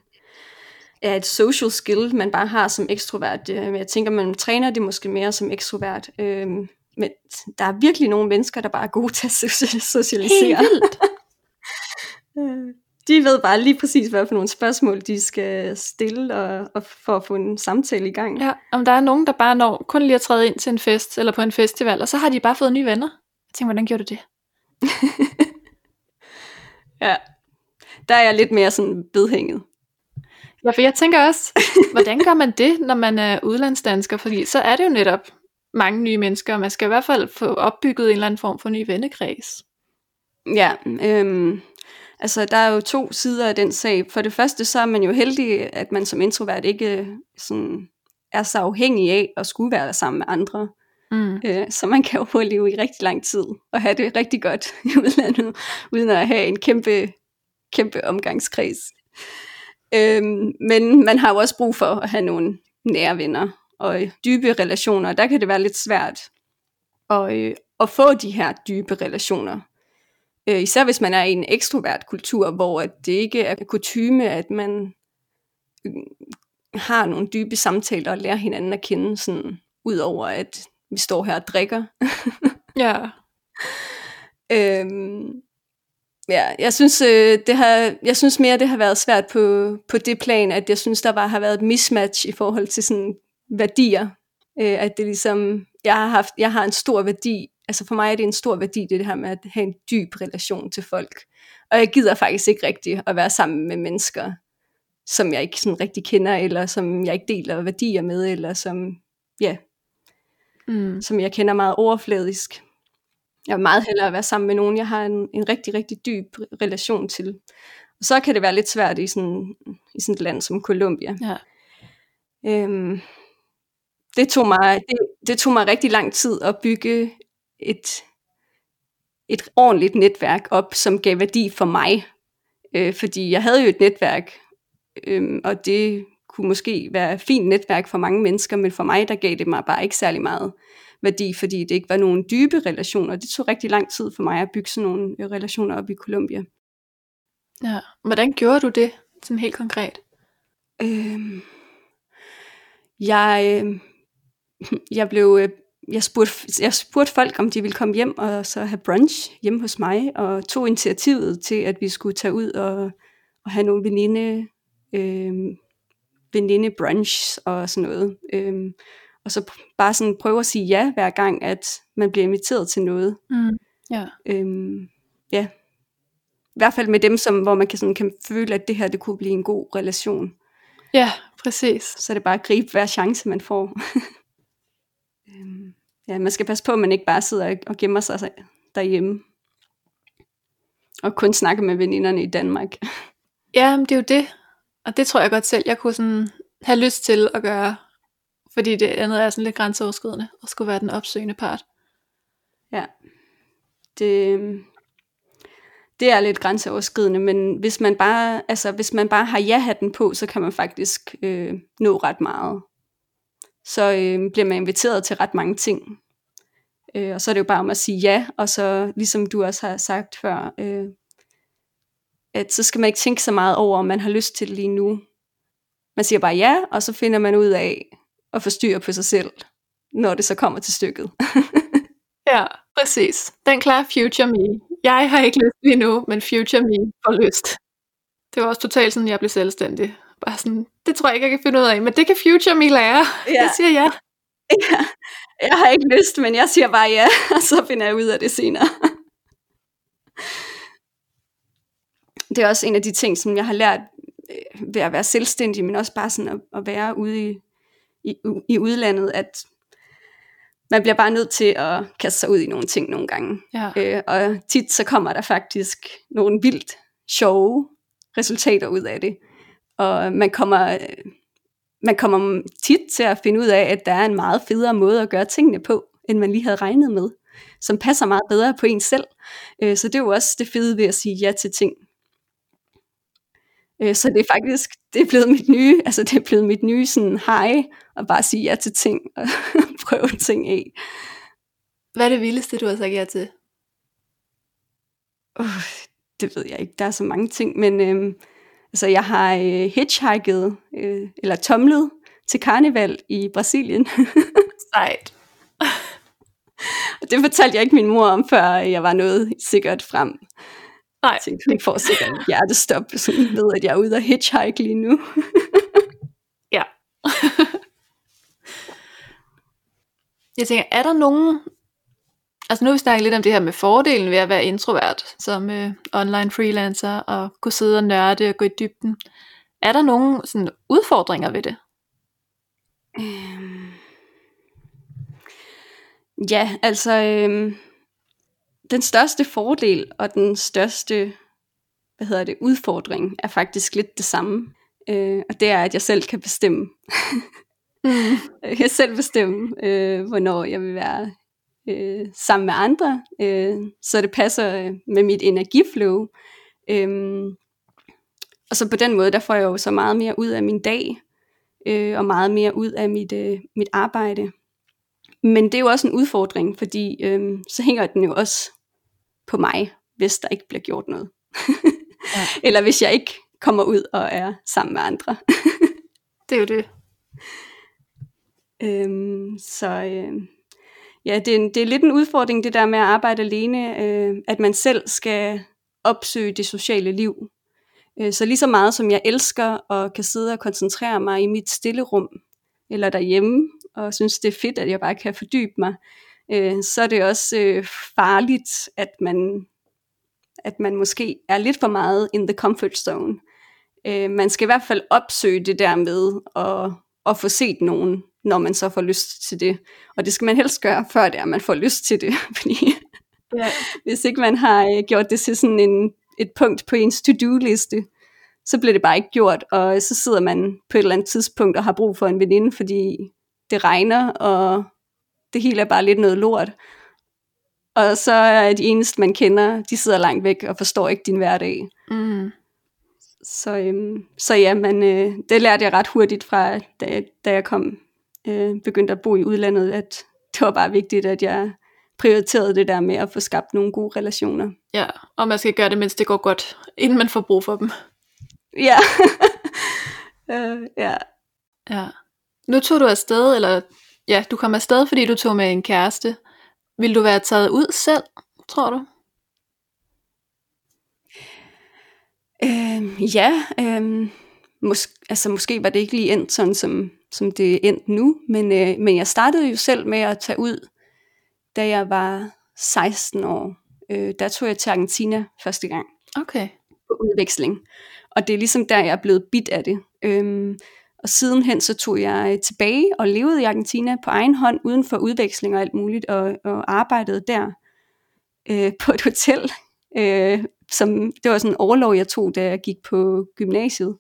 Speaker 2: et social skill, man bare har som ekstrovert. Jeg tænker, man træner det måske mere som ekstrovert. Men der er virkelig nogle mennesker, der bare er gode til at socialisere.
Speaker 1: Helt vildt.
Speaker 2: De ved bare lige præcis, hvad for nogle spørgsmål, de skal stille, og for at få en samtale i gang.
Speaker 1: Ja, om der er nogen, der bare når kun lige at træde ind til en fest, eller på en festival, og så har de bare fået nye venner. Jeg tænker, hvordan gjorde du det?
Speaker 2: Ja, der er jeg lidt mere sådan vedhænget.
Speaker 1: Ja, for jeg tænker også, hvordan gør man det, når man er udlandsdansker? Fordi så er det jo netop mange nye mennesker, og man skal i hvert fald få opbygget en eller anden form for ny vennekreds.
Speaker 2: Ja, altså der er jo 2 sider af den sag. For det første, så er man jo heldig, at man som introvert ikke sådan er så afhængig af at skulle være sammen med andre. Så man kan jo leve i rigtig lang tid og have det rigtig godt i udlandet, uden at have en kæmpe omgangskreds. Men man har jo også brug for at have nogle nære venner og dybe relationer. Der kan det være lidt svært at få de her dybe relationer. Især hvis man er i en ekstrovert kultur, hvor det ikke er kutyme, at man har nogle dybe samtaler og lærer hinanden at kende, sådan, ud over at vi står her og drikker.
Speaker 1: Ja.
Speaker 2: Ja, jeg synes mere, det har været svært på det plan, at jeg synes, der har været et mismatch i forhold til sådan værdier. At det ligesom, jeg har en stor værdi. Altså for mig er det en stor værdi, det her med at have en dyb relation til folk. Og jeg gider faktisk ikke rigtig at være sammen med mennesker, som jeg ikke sådan rigtig kender, eller som jeg ikke deler værdier med, eller som jeg kender meget overfladisk. Jeg vil meget hellere være sammen med nogen, jeg har en rigtig, rigtig dyb relation til. Og så kan det være lidt svært i sådan et land som Colombia.
Speaker 1: Ja.
Speaker 2: Det tog mig rigtig lang tid at bygge et ordentligt netværk op, som gav værdi for mig. Fordi jeg havde jo et netværk, og det kunne måske være et fint netværk for mange mennesker, men for mig, der gav det mig bare ikke særlig meget værdi, fordi det ikke var nogen dybe relationer. Det tog rigtig lang tid for mig at bygge sådan nogle relationer op i Colombia.
Speaker 1: Ja. Hvordan gjorde du det, sådan helt konkret?
Speaker 2: Jeg spurgte folk, om de ville komme hjem og så have brunch hjemme hos mig, og tog initiativet til, at vi skulle tage ud og have nogle veninde brunch og sådan noget. Og så bare sådan prøve at sige ja, hver gang, at man bliver inviteret til noget.
Speaker 1: Ja.
Speaker 2: Ja. I hvert fald med dem, hvor man kan føle, at det her, det kunne blive en god relation.
Speaker 1: Ja, præcis.
Speaker 2: Så er det bare at gribe hver chance, man får. Ja, man skal passe på, at man ikke bare sidder og gemmer sig derhjemme. Og kun snakke med veninderne i Danmark.
Speaker 1: Ja, men det er jo det. Og det tror jeg godt selv, jeg kunne sådan have lyst til at gøre. Fordi det andet er sådan lidt grænseoverskridende, og skulle være den opsøgende part.
Speaker 2: Ja. Det er lidt grænseoverskridende, men hvis man bare har ja-hatten på, så kan man faktisk nå ret meget. Så bliver man inviteret til ret mange ting. Og så er det jo bare om at sige ja, og så ligesom du også har sagt før, at så skal man ikke tænke så meget over, om man har lyst til det lige nu. Man siger bare ja, og så finder man ud af at få styr på sig selv, når det så kommer til stykket.
Speaker 1: Ja, præcis. Den klare future me. Jeg har ikke lyst lige nu, men future me får lyst. Det var også totalt sådan, jeg blev selvstændig. Bare sådan, det tror jeg ikke, jeg kan finde ud af, men det kan future me lære. Ja. Jeg siger ja.
Speaker 2: Ja. Jeg har ikke lyst, men jeg siger bare ja, og så finder jeg ud af det senere. Det er også en af de ting, som jeg har lært ved at være selvstændig, men også bare sådan at være ude i udlandet, at man bliver bare nødt til at kaste sig ud i nogle ting nogle gange.
Speaker 1: Ja.
Speaker 2: Og tit så kommer der faktisk nogle vildt sjove resultater ud af det. Og man kommer tit til at finde ud af, at der er en meget federe måde at gøre tingene på, end man lige havde regnet med, som passer meget bedre på en selv. Så det er jo også det fede ved at sige ja til ting. Så det er faktisk, det er blevet mit nye sådan high, at bare sige ja til ting, og prøve ting af.
Speaker 1: Hvad er det vildeste, du har sagt ja til?
Speaker 2: Det ved jeg ikke, der er så mange ting, men jeg har hitchhiket, eller tumlet til karneval i Brasilien.
Speaker 1: Sejt.
Speaker 2: Og det fortalte jeg ikke min mor om, før jeg var nået sikkert frem.
Speaker 1: Nej.
Speaker 2: Jeg tænkte, ikke får sikkert hjertestop, sådan ved, at jeg er ude og hitchhike lige nu.
Speaker 1: Ja. Jeg tænker, er der nogen... Altså nu har vi snakket lidt om det her med fordelen ved at være introvert, som online freelancer, og kunne sidde og nørde og gå i dybden. Er der nogen sådan udfordringer ved det?
Speaker 2: Ja, altså... Den største fordel og den største udfordring er faktisk lidt det samme. Og det er, at jeg selv kan bestemme. Jeg kan selv bestemme, hvornår jeg vil være sammen med andre, så det passer med mit energiflow. Og så på den måde, der får jeg jo så meget mere ud af min dag, og meget mere ud af mit arbejde. Men det er jo også en udfordring, fordi så hænger den jo også på mig, hvis der ikke bliver gjort noget. Ja. Eller hvis jeg ikke kommer ud og er sammen med andre.
Speaker 1: Det er jo det.
Speaker 2: Ja, det er lidt en udfordring, det der med at arbejde alene, at man selv skal opsøge det sociale liv. Så lige så meget som jeg elsker og kan sidde og koncentrere mig i mit stillerum, eller derhjemme, og synes det er fedt, at jeg bare kan fordybe mig, så er det også farligt, at man måske er lidt for meget in the comfort zone. Man skal i hvert fald opsøge det der med at få set nogen, når man så får lyst til det. Og det skal man helst gøre, før det er, man får lyst til det. Fordi hvis ikke man har gjort det til sådan et punkt på ens to-do-liste, så bliver det bare ikke gjort, og så sidder man på et eller andet tidspunkt og har brug for en veninde, fordi det regner, og det hele er bare lidt noget lort. Og så er de eneste, man kender, de sidder langt væk og forstår ikke din hverdag.
Speaker 1: Mm.
Speaker 2: Så ja, men det lærte jeg ret hurtigt fra, da jeg begyndte at bo i udlandet, at det var bare vigtigt, at jeg prioriterede det der med at få skabt nogle gode relationer.
Speaker 1: Ja, og man skal gøre det, mens det går godt, inden man får brug for dem.
Speaker 2: Ja.
Speaker 1: Ja. Nu tog du afsted, eller ja, du kom afsted, fordi du tog med en kæreste. Vil du være taget ud selv, tror du?
Speaker 2: måske var det ikke lige endt sådan, som det er endt nu, men jeg startede jo selv med at tage ud, da jeg var 16 år. Der tog jeg til Argentina første gang.
Speaker 1: Okay.
Speaker 2: På udveksling. Og det er ligesom der, jeg er blevet bidt af det. Og sidenhen så tog jeg tilbage og levede i Argentina på egen hånd, uden for udveksling og alt muligt, og arbejdede der på et hotel. Det var sådan en orlov, jeg tog, da jeg gik på gymnasiet.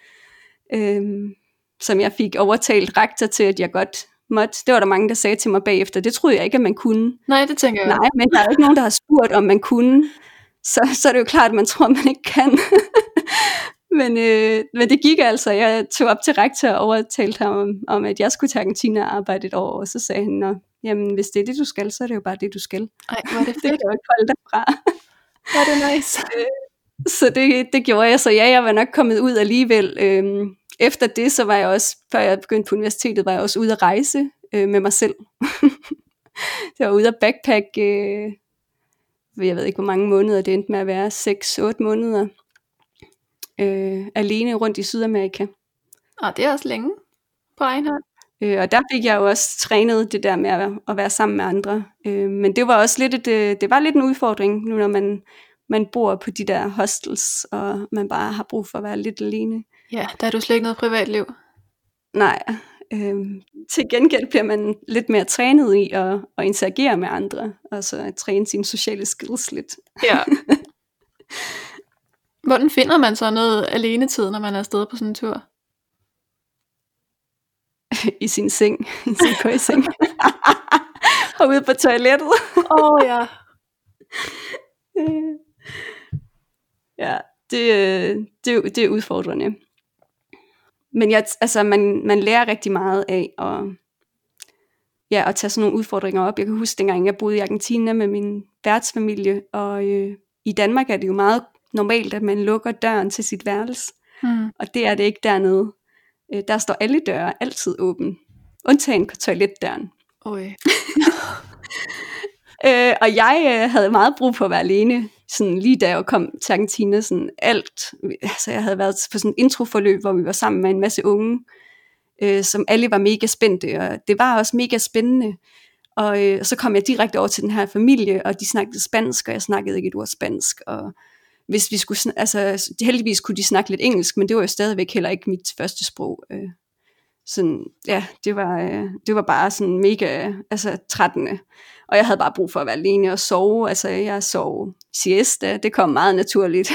Speaker 2: Som jeg fik overtalt rektor til, at jeg godt måtte. Det var der mange, der sagde til mig bagefter. Det troede jeg ikke, at man kunne.
Speaker 1: Nej, det tænker jeg.
Speaker 2: Nej, men der er jo ikke nogen, der har spurgt, om man kunne. Så er det jo klart, at man tror, man ikke kan. men det gik altså. Jeg tog op til rektor og overtalte ham om, at jeg skulle til Argentina og arbejde et år. Og så sagde han, jamen hvis det er det, du skal, så er det jo bare det, du skal.
Speaker 1: Ej, hvor er det fedt.
Speaker 2: Det kan jeg jo ikke holde dig fra.
Speaker 1: Hvor er det nice.
Speaker 2: Så det gjorde jeg. Så ja, jeg var nok kommet ud alligevel. Efter det, så var jeg også, før jeg begyndte på universitetet, var jeg også ude at rejse med mig selv. Jeg var ude at backpack, jeg ved ikke, hvor mange måneder det endte med at være, 6-8 måneder, alene rundt i Sydamerika.
Speaker 1: Og det er også længe på egen hånd.
Speaker 2: Og der fik jeg jo også trænet det der med at være sammen med andre. Men det var også lidt det var lidt en udfordring, nu når man bor på de der hostels, og man bare har brug for at være lidt alene.
Speaker 1: Ja, der er du slet ikke noget privatliv.
Speaker 2: Nej. Til gengæld bliver man lidt mere trænet i at interagere med andre, og så at træne sine sociale skills lidt.
Speaker 1: Ja. Hvordan finder man så noget alenetid, når man er afsted på sådan en tur?
Speaker 2: I sin seng, i sin køjeseng. Og ude på toilettet.
Speaker 1: Ja.
Speaker 2: Ja, det er udfordrende. Men man lærer rigtig meget af at tage sådan nogle udfordringer op. Jeg kan huske, dengang jeg boede i Argentina med min værtsfamilie, og i Danmark er det jo meget normalt, at man lukker døren til sit værelse. Og det er det ikke dernede. Der står alle døre altid åben, undtagen på toiletdøren. Og jeg havde meget brug for at være alene, sådan lige da jeg kom til Argentina, sådan jeg havde været på sådan et introforløb, hvor vi var sammen med en masse unge, som alle var mega spændte, og det var også mega spændende. Og så kom jeg direkte over til den her familie, og de snakkede spansk, og jeg snakkede ikke et ord spansk, og hvis vi skulle, heldigvis kunne de snakke lidt engelsk, men det var jo stadigvæk heller ikke mit første sprog. Sådan, ja, det var bare sådan mega, trættende. Og jeg havde bare brug for at være alene og sove. Jeg sov siesta, det kom meget naturligt.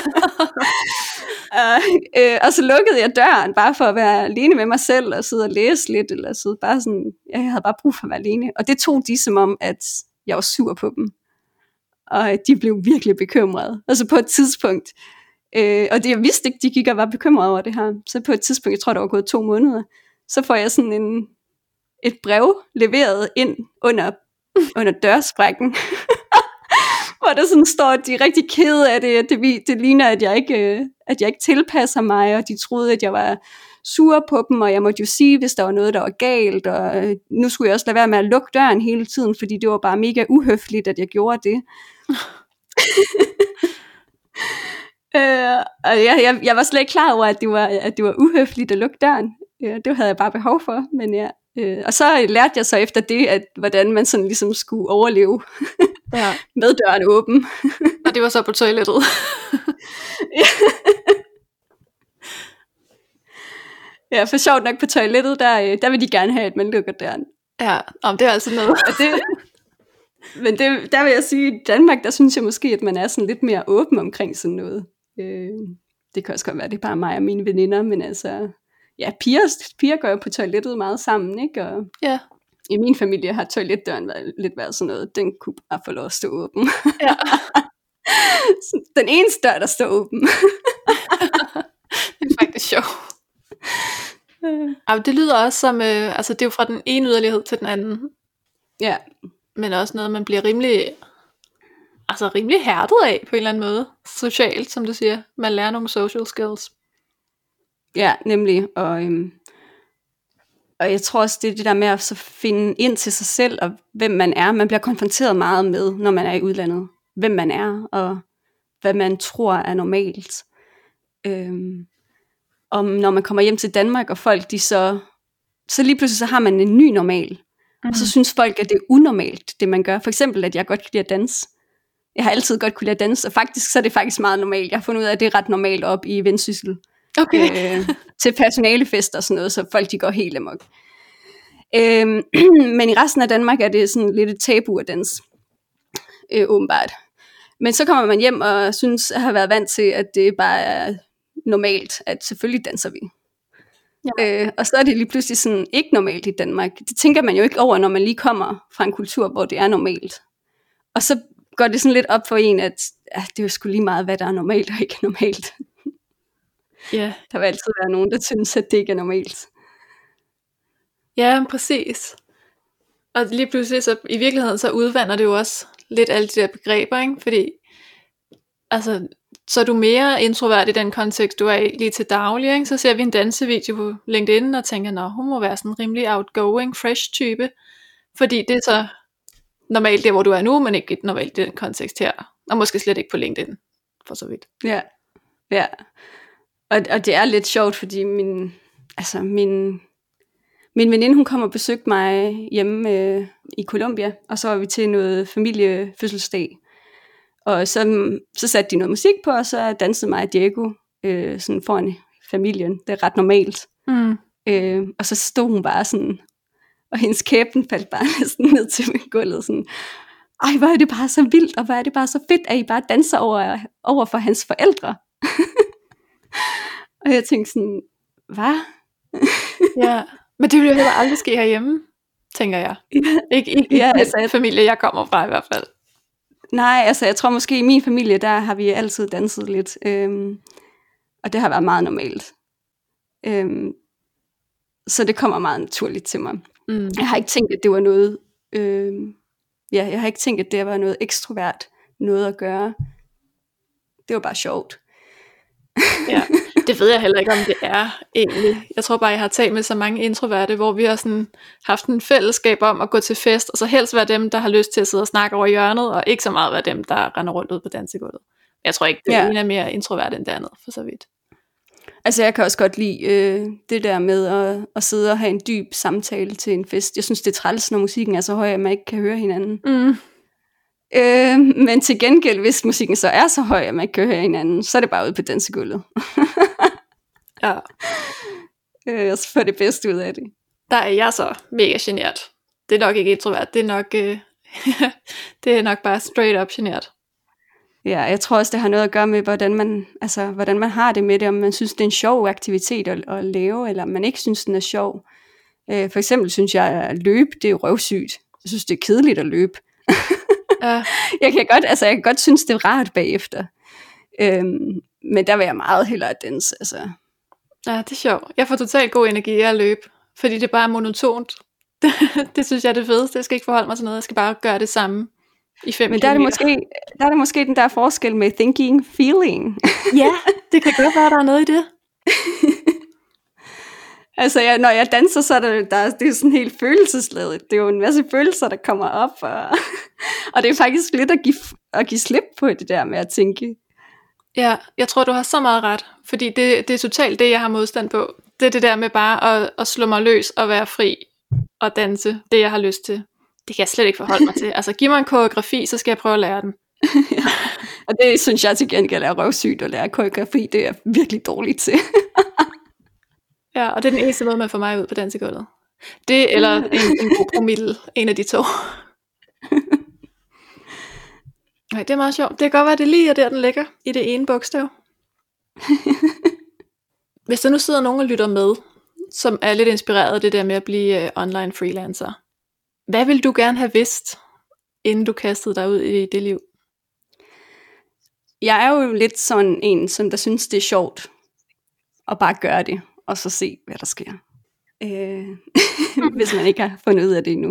Speaker 2: Og så lukkede jeg døren, bare for at være alene med mig selv, og sidde og læse lidt, eller sidde bare sådan, jeg havde bare brug for at være alene. Og det tog de som om, at jeg var sur på dem. Og de blev virkelig bekymrede. På et tidspunkt, og jeg vidste ikke, de gik og var bekymrede over det her. Så på et tidspunkt, jeg tror, der var gået 2 måneder, så får jeg sådan et brev leveret ind under dørsprækken, hvor der sådan står, at de er rigtig kede af det, det ligner, at jeg ikke tilpasser mig, og de troede, at jeg var sur på dem, og jeg måtte jo sige, hvis der var noget, der var galt, og nu skulle jeg også lade være med at lukke døren hele tiden, fordi det var bare mega uhøfligt, at jeg gjorde det. Og jeg var slet ikke klar over, at det var uhøfligt at lukke døren. Det havde jeg bare behov for, men ja. Og så lærte jeg så efter det, hvordan man sådan ligesom skulle overleve med døren åben.
Speaker 1: Og det var så på toilettet.
Speaker 2: Ja, for sjovt nok på toilettet, der vil de gerne have, at man lukker døren.
Speaker 1: Ja, det er altså noget.
Speaker 2: Men der vil jeg sige, i Danmark, der synes jeg måske, at man er sådan lidt mere åben omkring sådan noget. Det kan også godt være, det er bare mig og mine veninder, men ja, piger går jo på toilettet meget sammen, ikke? Og
Speaker 1: ja.
Speaker 2: I min familie har toiletdøren været sådan noget, den kunne bare få lov at stå åben.
Speaker 1: Ja.
Speaker 2: Den eneste dør, der står åben.
Speaker 1: Det er faktisk sjovt. Det lyder også som, det er jo fra den ene yderlighed til den anden.
Speaker 2: Ja.
Speaker 1: Men også noget, man bliver rimelig hærdet af på en eller anden måde. Socialt, som du siger. Man lærer nogle social skills.
Speaker 2: Ja, nemlig. Og jeg tror også, det er det der med at så finde ind til sig selv, og hvem man er. Man bliver konfronteret meget med, når man er i udlandet. Hvem man er, og hvad man tror er normalt. om når man kommer hjem til Danmark, og folk de så lige pludselig så har man en ny normal. Og så synes folk, at det er unormalt, det man gør. For eksempel, at jeg godt kan lide at danse. Jeg har altid godt kunne lide at danse, og faktisk så er det faktisk meget normalt. Jeg har fundet ud af, at det er ret normalt op i Vendsyssel.
Speaker 1: Okay.
Speaker 2: Til personalefester og sådan noget, så folk de går helt amok. Men i resten af Danmark er det sådan lidt et tabu at danse, åbenbart. Men så kommer man hjem og synes at have været vant til, at det bare er normalt, at selvfølgelig danser vi. Ja. Og så er det lige pludselig sådan ikke normalt i Danmark. Det tænker man jo ikke over, når man lige kommer fra en kultur, hvor det er normalt. Og så går det sådan lidt op for en, at det er jo sgu lige meget, hvad der er normalt og ikke normalt.
Speaker 1: Ja.
Speaker 2: Der vil altid være nogen, der synes, at det ikke er normalt.
Speaker 1: Ja, præcis. Og lige pludselig, så i virkeligheden, så udvander det jo også lidt alle de der begreber, ikke? Fordi, altså, så er du mere introvert i den kontekst, du er i lige til daglig, ikke? Så ser vi en dansevideo på LinkedIn, og tænker, nå, hun må være sådan en rimelig outgoing, fresh type. Fordi det er så normalt der, hvor du er nu, men ikke normalt i den kontekst her. Og måske slet ikke på LinkedIn, for så vidt.
Speaker 2: Ja. Og det er lidt sjovt, fordi min veninde, hun kom og besøgte mig hjemme i Colombia, og så var vi til noget familiefødselsdag. Og så satte de noget musik på, og så dansede mig og Diego sådan foran familien. Det er ret normalt. Og så stod hun bare sådan, og hendes kæben faldt bare næsten ned til gulvet. Sådan, ej, hvor er det bare så vildt, og hvor er det bare så fedt, at I bare danser over for hans forældre. Og jeg tænkte sådan, hvad?
Speaker 1: Ja, men det ville jo heller aldrig ske herhjemme, tænker jeg. Ikke den familie, jeg kommer fra i hvert fald.
Speaker 2: Nej, altså jeg tror måske i min familie, der har vi altid danset lidt. Og det har været meget normalt. Så det kommer meget naturligt til mig. Jeg har ikke tænkt, at det var noget... jeg har ikke tænkt, at det var noget ekstrovert noget at gøre. Det var bare sjovt.
Speaker 1: Ja, det ved jeg heller ikke, om det er egentlig. Jeg tror bare, jeg har talt med så mange introverte, hvor vi har sådan haft en fællesskab om at gå til fest, og så helst være dem, der har lyst til at sidde og snakke over hjørnet, og ikke så meget være dem, der render rundt ud på dansegulvet. Jeg tror ikke, det ene er mere introvert end det andet, for så vidt.
Speaker 2: Altså jeg kan også godt lide det der med at sidde og have en dyb samtale til en fest. Jeg synes, det er træls, når musikken er så høj, at man ikke kan høre hinanden. Men til gengæld, hvis musikken så er så høj, at man ikke kan høre hinanden, så er det bare ude på dansegulvet.
Speaker 1: Ja.
Speaker 2: Og så får det bedste ud af det.
Speaker 1: Der er jeg så mega genert. Det er nok ikke introvert, det er nok bare straight up genert.
Speaker 2: Ja, jeg tror også, det har noget at gøre med, hvordan man har det med det, om man synes, det er en sjov aktivitet at lave, eller om man ikke synes, den er sjov. For eksempel synes jeg, at løbe, det er røvsygt. Jeg synes, det er kedeligt at løbe.
Speaker 1: Ja.
Speaker 2: Jeg kan godt synes, det er rart bagefter. Men der vil jeg meget hellere danse. Altså.
Speaker 1: Ja, det er sjovt. Jeg får totalt god energi af at løbe, fordi det bare er monotont. Det synes jeg er det fedeste. Jeg skal ikke forholde mig til noget. Jeg skal bare gøre det samme i 5
Speaker 2: Men der er det måske den der forskel med thinking, feeling.
Speaker 1: Ja, det kan godt være, der er noget i det.
Speaker 2: Altså, når jeg danser, så er det er sådan helt følelsesladet. Det er jo en masse følelser, der kommer op. Og det er faktisk lidt at give slip på det der med at tænke.
Speaker 1: Ja, jeg tror, du har så meget ret. Fordi det er totalt det, jeg har modstand på. Det er det der med bare at slå mig løs og være fri og danse det, jeg har lyst til. Det kan jeg slet ikke forholde mig til. Altså, giv mig en koreografi, så skal jeg prøve at lære den.
Speaker 2: Ja. Og det synes jeg til gengæld er røvsygt at lære koreografi. Det er jeg virkelig dårligt til.
Speaker 1: Ja, og det er den eneste måde, man får mig ud på dansegulvet. Det eller en god promille, en af de to. Nej, det er meget sjovt. Det kan godt være, det lige er der, den ligger, i det ene bogstav. Hvis der nu sidder nogen og lytter med, som er lidt inspireret af det der med at blive online freelancer, hvad vil du gerne have vidst, inden du kastede dig ud i det liv?
Speaker 2: Jeg er jo lidt sådan en, som der synes, det er sjovt at bare gøre det, og så se, hvad der sker. Hvis man ikke har fundet ud af det endnu.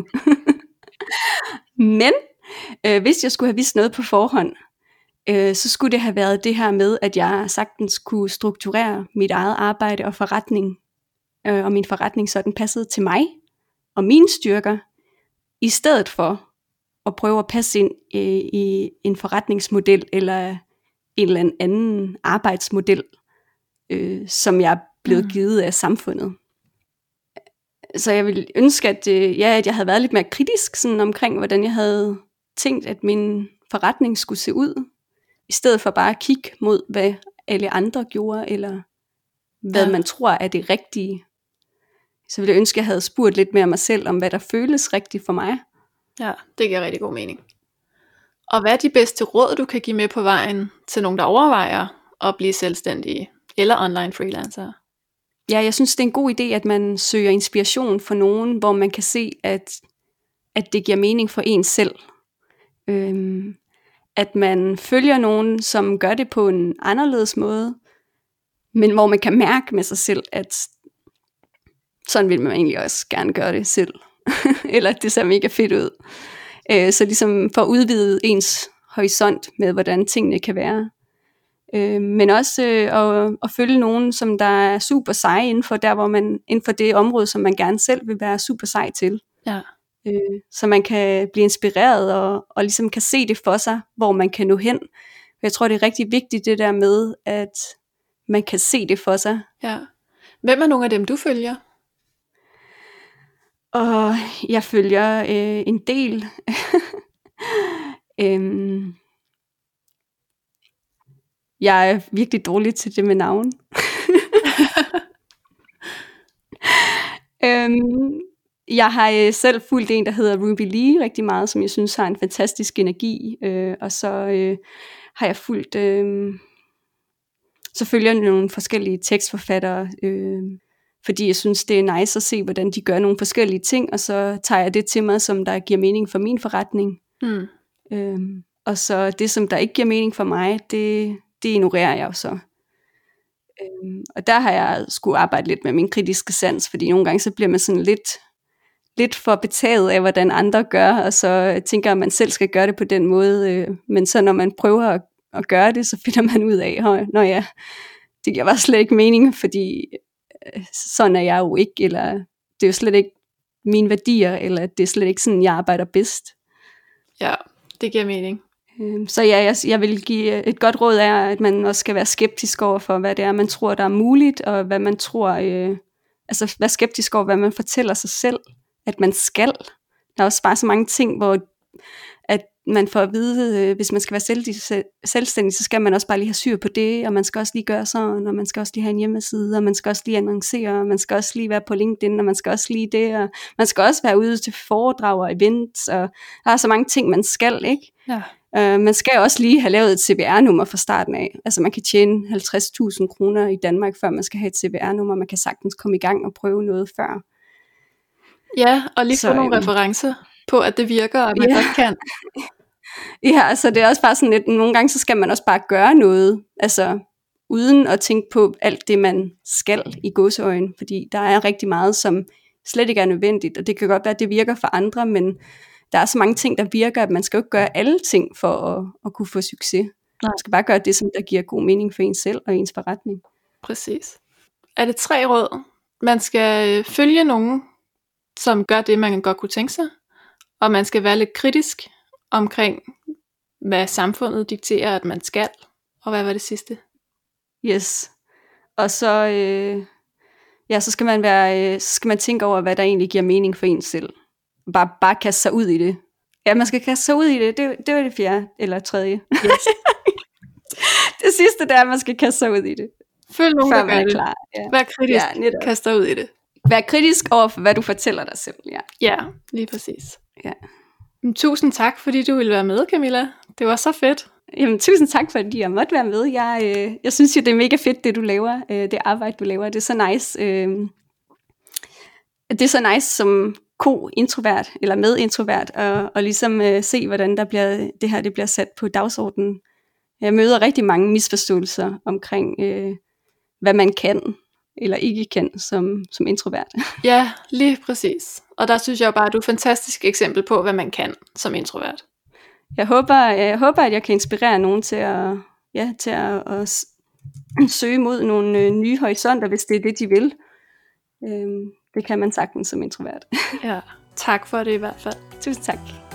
Speaker 2: Men hvis jeg skulle have vidst noget på forhånd, så skulle det have været det her med, at jeg sagtens kunne strukturere mit eget arbejde og forretning, og min forretning, så den passede til mig og mine styrker, i stedet for at prøve at passe ind i en forretningsmodel, eller en eller anden arbejdsmodel, som jeg blevet givet af samfundet. Så jeg ville ønske, at jeg havde været lidt mere kritisk sådan omkring, hvordan jeg havde tænkt, at min forretning skulle se ud, i stedet for bare at kigge mod, hvad alle andre gjorde, eller hvad man tror er det rigtige. Så ville jeg ønske, at jeg havde spurgt lidt mere mig selv, om hvad der føles rigtigt for mig.
Speaker 1: Ja, det giver rigtig god mening. Og hvad er de bedste råd, du kan give med på vejen til nogen, der overvejer at blive selvstændige eller online freelancer?
Speaker 2: Ja, jeg synes, det er en god idé, at man søger inspiration for nogen, hvor man kan se, at det giver mening for en selv. At man følger nogen, som gør det på en anderledes måde, men hvor man kan mærke med sig selv, at sådan vil man egentlig også gerne gøre det selv. Eller at det ser mega fedt ud. Så ligesom for at udvide ens horisont med, hvordan tingene kan være. Men også at følge nogen, som der er super seje inden for det område, som man gerne selv vil være super sej til.
Speaker 1: Ja.
Speaker 2: Så man kan blive inspireret og ligesom kan se det for sig, hvor man kan nå hen. Jeg tror, det er rigtig vigtigt det der med, at man kan se det for sig.
Speaker 1: Ja. Hvem er nogle af dem, du følger?
Speaker 2: Og jeg følger en del. Jeg er virkelig dårlig til det med navn. Jeg har selv fulgt en, der hedder Ruby Lee rigtig meget, som jeg synes har en fantastisk energi. Og så har jeg fulgt selvfølgelig nogle forskellige tekstforfattere, fordi jeg synes, det er nice at se, hvordan de gør nogle forskellige ting, og så tager jeg det til mig, som der giver mening for min forretning. Og så det, som der ikke giver mening for mig, det ignorerer jeg jo så. Og der har jeg skulle arbejde lidt med min kritiske sans, fordi nogle gange så bliver man sådan lidt for betaget af, hvordan andre gør, og så tænker at man selv skal gøre det på den måde, men så når man prøver at gøre det, så finder man ud af, nå ja, det giver bare slet ikke mening, fordi sådan er jeg jo ikke, eller det er jo slet ikke mine værdier, eller det er slet ikke sådan, jeg arbejder bedst.
Speaker 1: Ja, det giver mening.
Speaker 2: Så ja, jeg vil give et godt råd er, at man også skal være skeptisk over for, hvad det er, man tror, der er muligt, og hvad man tror, altså være skeptisk over, hvad man fortæller sig selv, at man skal. Der er også bare så mange ting, hvor at man får at vide, hvis man skal være selvstændig, så skal man også bare lige have styr på det, og man skal også lige gøre sådan, og man skal også lige have en hjemmeside, og man skal også lige annoncere, og man skal også lige være på LinkedIn, og man skal også lige det, og man skal også være ude til foredrag og events, og der er så mange ting, man skal, ikke?
Speaker 1: Ja.
Speaker 2: Man skal også lige have lavet et CVR-nummer fra starten af. Altså man kan tjene 50.000 kroner i Danmark, før man skal have et CVR-nummer. Man kan sagtens komme i gang og prøve noget før.
Speaker 1: Ja, og lige få nogle referencer på, at det virker, og at man godt kan.
Speaker 2: Ja, så det er også bare sådan lidt, nogle gange så skal man også bare gøre noget, altså uden at tænke på alt det, man skal i gåseøjne, fordi der er rigtig meget, som slet ikke er nødvendigt, og det kan godt være, at det virker for andre, men der er så mange ting, der virker, at man skal jo ikke gøre alle ting for at kunne få succes. Man skal bare gøre det, som der giver god mening for en selv og ens forretning.
Speaker 1: Præcis. Er det 3 råd? Man skal følge nogen, som gør det, man godt kunne tænke sig, og man skal være lidt kritisk omkring, hvad samfundet dikterer, at man skal, og hvad var det sidste?
Speaker 2: Yes. Og så, så skal man tænke over, hvad der egentlig giver mening for en selv. Bare kaste sig ud i det. Ja, man skal kaste sig ud i det. Det var det 4. eller 3. Yes. Det sidste, der er, at man skal kaste sig ud i det.
Speaker 1: Følg nogen,
Speaker 2: før
Speaker 1: der gør det.
Speaker 2: Klar. Ja.
Speaker 1: Vær kritisk, kast dig ud i det.
Speaker 2: Vær kritisk over for, hvad du fortæller dig selv.
Speaker 1: Ja, lige præcis.
Speaker 2: Ja.
Speaker 1: Tusind tak, fordi du ville være med, Camilla. Det var så fedt.
Speaker 2: Jamen, tusind tak, fordi jeg måtte være med. Jeg synes jo, det er mega fedt, det du laver. Det arbejde, du laver. Det er så nice. Det er så nice som introvert eller med-introvert, og ligesom se, hvordan det her bliver sat på dagsordenen. Jeg møder rigtig mange misforståelser omkring, hvad man kan eller ikke kan som introvert.
Speaker 1: Ja, lige præcis. Og der synes jeg bare, at du er et fantastisk eksempel på, hvad man kan som introvert.
Speaker 2: Jeg håber, at jeg kan inspirere nogen til at søge mod nogle nye horisonter, hvis det er det, de vil. Det kan man sagtens som introvert.
Speaker 1: Ja, tak for det i hvert fald.
Speaker 2: Tusind tak.